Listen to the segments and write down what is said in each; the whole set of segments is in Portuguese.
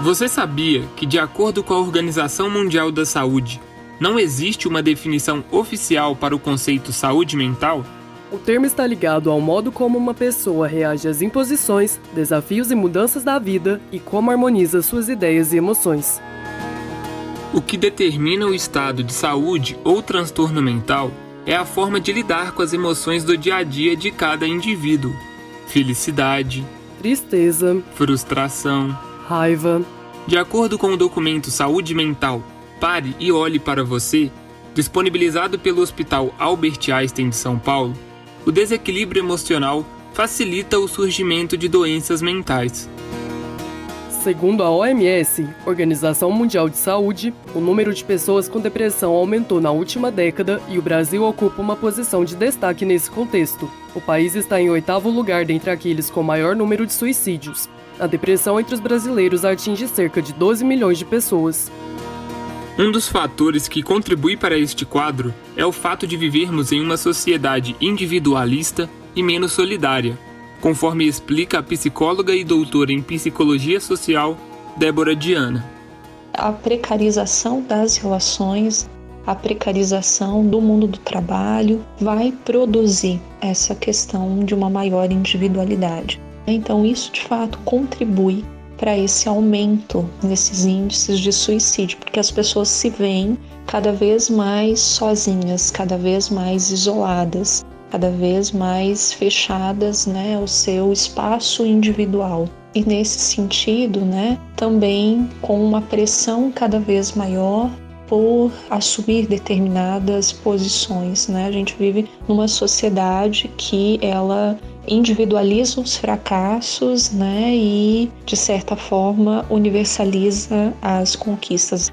Você sabia que, de acordo com a Organização Mundial da Saúde, não existe uma definição oficial para o conceito saúde mental? O termo está ligado ao modo como uma pessoa reage às imposições, desafios e mudanças da vida e como harmoniza suas ideias e emoções. O que determina o estado de saúde ou transtorno mental é a forma de lidar com as emoções do dia a dia de cada indivíduo. Felicidade, tristeza, frustração, raiva. De acordo com o documento Saúde Mental, Pare e Olhe para Você, disponibilizado pelo Hospital Albert Einstein de São Paulo, o desequilíbrio emocional facilita o surgimento de doenças mentais. Segundo a OMS, Organização Mundial de Saúde, o número de pessoas com depressão aumentou na última década e o Brasil ocupa uma posição de destaque nesse contexto. O país está em 8º lugar dentre aqueles com maior número de suicídios. A depressão entre os brasileiros atinge cerca de 12 milhões de pessoas. Um dos fatores que contribui para este quadro é o fato de vivermos em uma sociedade individualista e menos solidária, conforme explica a psicóloga e doutora em psicologia social, Débora Diana. A precarização das relações, a precarização do mundo do trabalho vai produzir essa questão de uma maior individualidade. Então isso de fato contribui para esse aumento nesses índices de suicídio, porque as pessoas se veem cada vez mais sozinhas, cada vez mais isoladas, cada vez mais fechadas, ao seu espaço individual. E nesse sentido, também com uma pressão cada vez maior por assumir determinadas posições. A gente vive numa sociedade que ela individualiza os fracassos, e, de certa forma, universaliza as conquistas.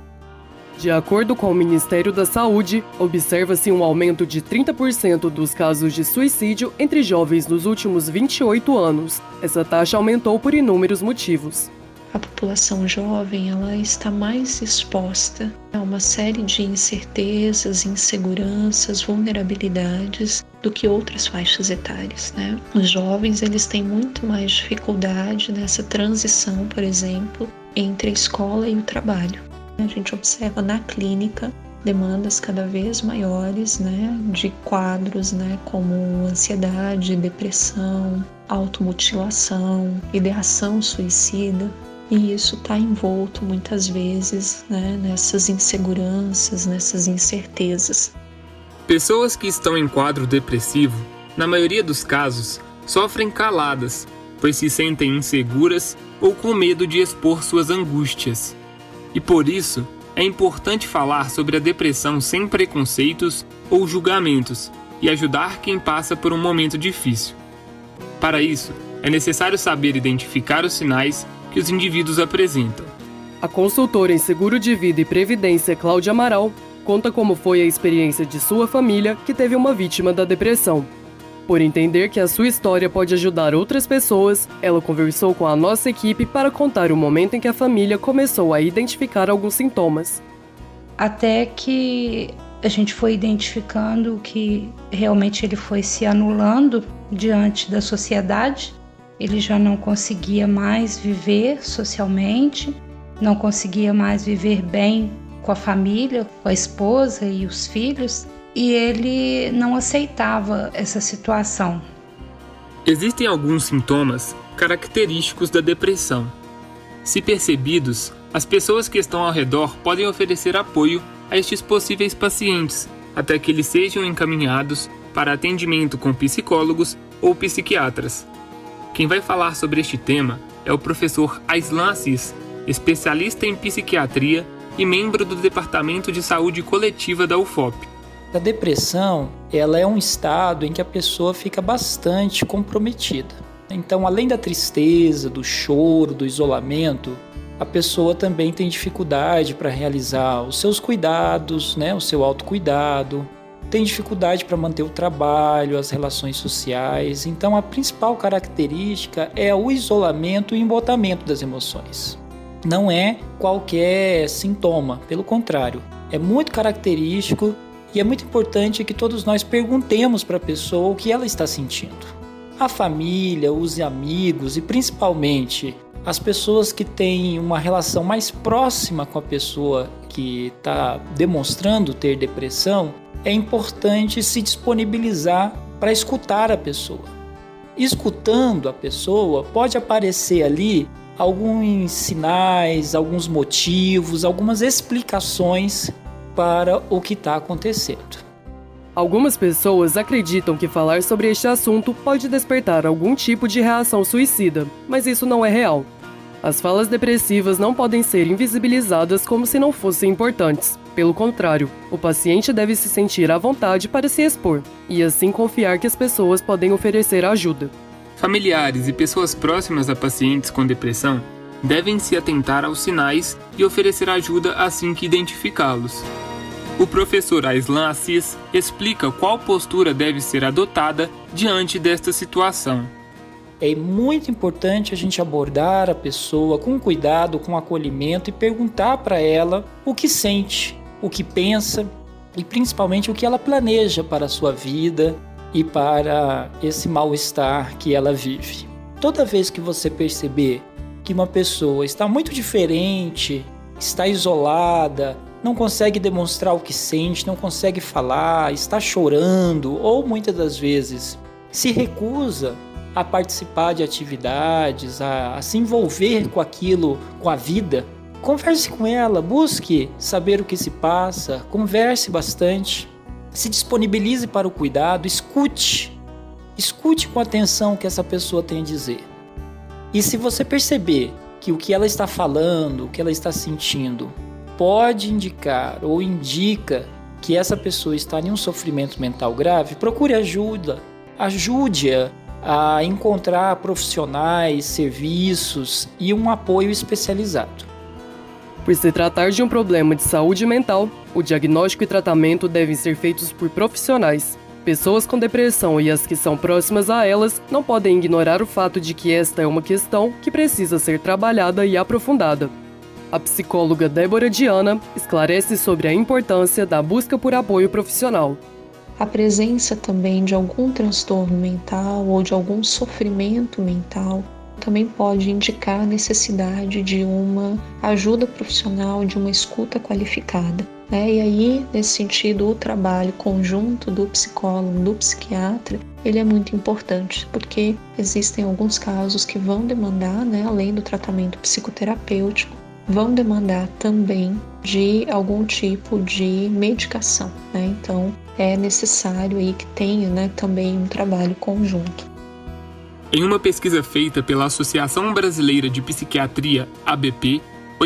De acordo com o Ministério da Saúde, observa-se um aumento de 30% dos casos de suicídio entre jovens nos últimos 28 anos. Essa taxa aumentou por inúmeros motivos. A população jovem ela está mais exposta a uma série de incertezas, inseguranças, vulnerabilidades do que outras faixas etárias. Os jovens eles têm muito mais dificuldade nessa transição, por exemplo, entre a escola e o trabalho. A gente observa na clínica demandas cada vez maiores de quadros como ansiedade, depressão, automutilação, ideação suicida. E isso está envolto muitas vezes nessas inseguranças, nessas incertezas. Pessoas que estão em quadro depressivo, na maioria dos casos, sofrem caladas, pois se sentem inseguras ou com medo de expor suas angústias. E por isso, é importante falar sobre a depressão sem preconceitos ou julgamentos e ajudar quem passa por um momento difícil. Para isso, é necessário saber identificar os sinais que os indivíduos apresentam. A consultora em seguro de vida e previdência Cláudia Amaral conta como foi a experiência de sua família que teve uma vítima da depressão. Por entender que a sua história pode ajudar outras pessoas, ela conversou com a nossa equipe para contar o momento em que a família começou a identificar alguns sintomas. Até que a gente foi identificando que realmente ele foi se anulando diante da sociedade. Ele já não conseguia mais viver socialmente, não conseguia mais viver bem com a família, com a esposa e os filhos, e ele não aceitava essa situação. Existem alguns sintomas característicos da depressão. Se percebidos, as pessoas que estão ao redor podem oferecer apoio a estes possíveis pacientes, até que eles sejam encaminhados para atendimento com psicólogos ou psiquiatras. Quem vai falar sobre este tema é o professor Aislan Assis, especialista em psiquiatria e membro do Departamento de Saúde Coletiva da UFOP. A depressão, ela é um estado em que a pessoa fica bastante comprometida. Então, além da tristeza, do choro, do isolamento, a pessoa também tem dificuldade para realizar os seus cuidados, o seu autocuidado, tem dificuldade para manter o trabalho, as relações sociais. Então, a principal característica é o isolamento e o embotamento das emoções. Não é qualquer sintoma, pelo contrário, é muito característico e é muito importante que todos nós perguntemos para a pessoa o que ela está sentindo. A família, os amigos e principalmente as pessoas que têm uma relação mais próxima com a pessoa que está demonstrando ter depressão, é importante se disponibilizar para escutar a pessoa. Escutando a pessoa, pode aparecer ali alguns sinais, alguns motivos, algumas explicações para o que está acontecendo. Algumas pessoas acreditam que falar sobre este assunto pode despertar algum tipo de reação suicida, mas isso não é real. As falas depressivas não podem ser invisibilizadas como se não fossem importantes. Pelo contrário, o paciente deve se sentir à vontade para se expor, e assim confiar que as pessoas podem oferecer ajuda. Familiares e pessoas próximas a pacientes com depressão devem se atentar aos sinais e oferecer ajuda assim que identificá-los. O professor Aislan Assis explica qual postura deve ser adotada diante desta situação. É muito importante a gente abordar a pessoa com cuidado, com acolhimento e perguntar para ela o que sente, o que pensa e principalmente o que ela planeja para a sua vida e para esse mal-estar que ela vive. Toda vez que você perceber que uma pessoa está muito diferente, está isolada, não consegue demonstrar o que sente, não consegue falar, está chorando ou muitas das vezes se recusa a participar de atividades, a se envolver com aquilo, com a vida, converse com ela, busque saber o que se passa, converse bastante, se disponibilize para o cuidado, escute com atenção o que essa pessoa tem a dizer. E se você perceber que o que ela está falando, o que ela está sentindo, pode indicar ou indica que essa pessoa está em um sofrimento mental grave, procure ajuda, ajude-a a encontrar profissionais, serviços e um apoio especializado. Por se tratar de um problema de saúde mental, o diagnóstico e tratamento devem ser feitos por profissionais. Pessoas com depressão e as que são próximas a elas não podem ignorar o fato de que esta é uma questão que precisa ser trabalhada e aprofundada. A psicóloga Débora Diana esclarece sobre a importância da busca por apoio profissional. A presença também de algum transtorno mental ou de algum sofrimento mental também pode indicar a necessidade de uma ajuda profissional, de uma escuta qualificada. E aí, nesse sentido, o trabalho conjunto do psicólogo, do psiquiatra, ele é muito importante, porque existem alguns casos que vão demandar, além do tratamento psicoterapêutico, vão demandar também de algum tipo de medicação. Então, é necessário aí que tenha também um trabalho conjunto. Em uma pesquisa feita pela Associação Brasileira de Psiquiatria, ABP,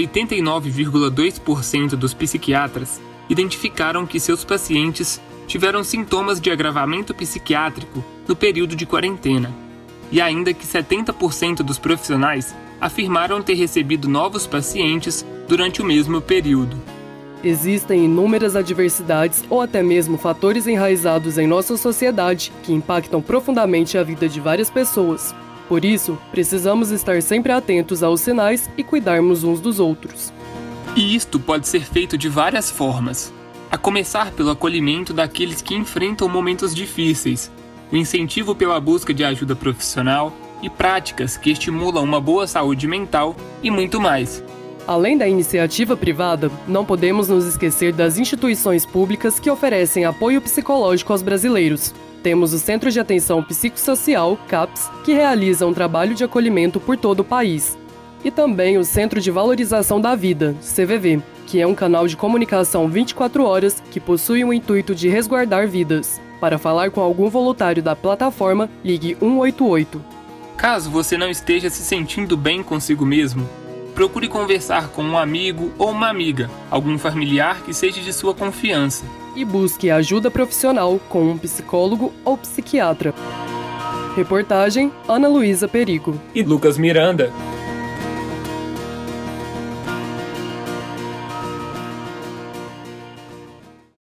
89,2% dos psiquiatras identificaram que seus pacientes tiveram sintomas de agravamento psiquiátrico no período de quarentena, e ainda que 70% dos profissionais afirmaram ter recebido novos pacientes durante o mesmo período. Existem inúmeras adversidades ou até mesmo fatores enraizados em nossa sociedade que impactam profundamente a vida de várias pessoas. Por isso, precisamos estar sempre atentos aos sinais e cuidarmos uns dos outros. E isto pode ser feito de várias formas, a começar pelo acolhimento daqueles que enfrentam momentos difíceis, o incentivo pela busca de ajuda profissional e práticas que estimulam uma boa saúde mental e muito mais. Além da iniciativa privada, não podemos nos esquecer das instituições públicas que oferecem apoio psicológico aos brasileiros. Temos o Centro de Atenção Psicossocial, CAPS, que realiza um trabalho de acolhimento por todo o país. E também o Centro de Valorização da Vida, CVV, que é um canal de comunicação 24 horas que possui o intuito de resguardar vidas. Para falar com algum voluntário da plataforma, ligue 188. Caso você não esteja se sentindo bem consigo mesmo, procure conversar com um amigo ou uma amiga, algum familiar que seja de sua confiança. E busque ajuda profissional com um psicólogo ou psiquiatra. Reportagem Ana Luísa Perico e Lucas Miranda.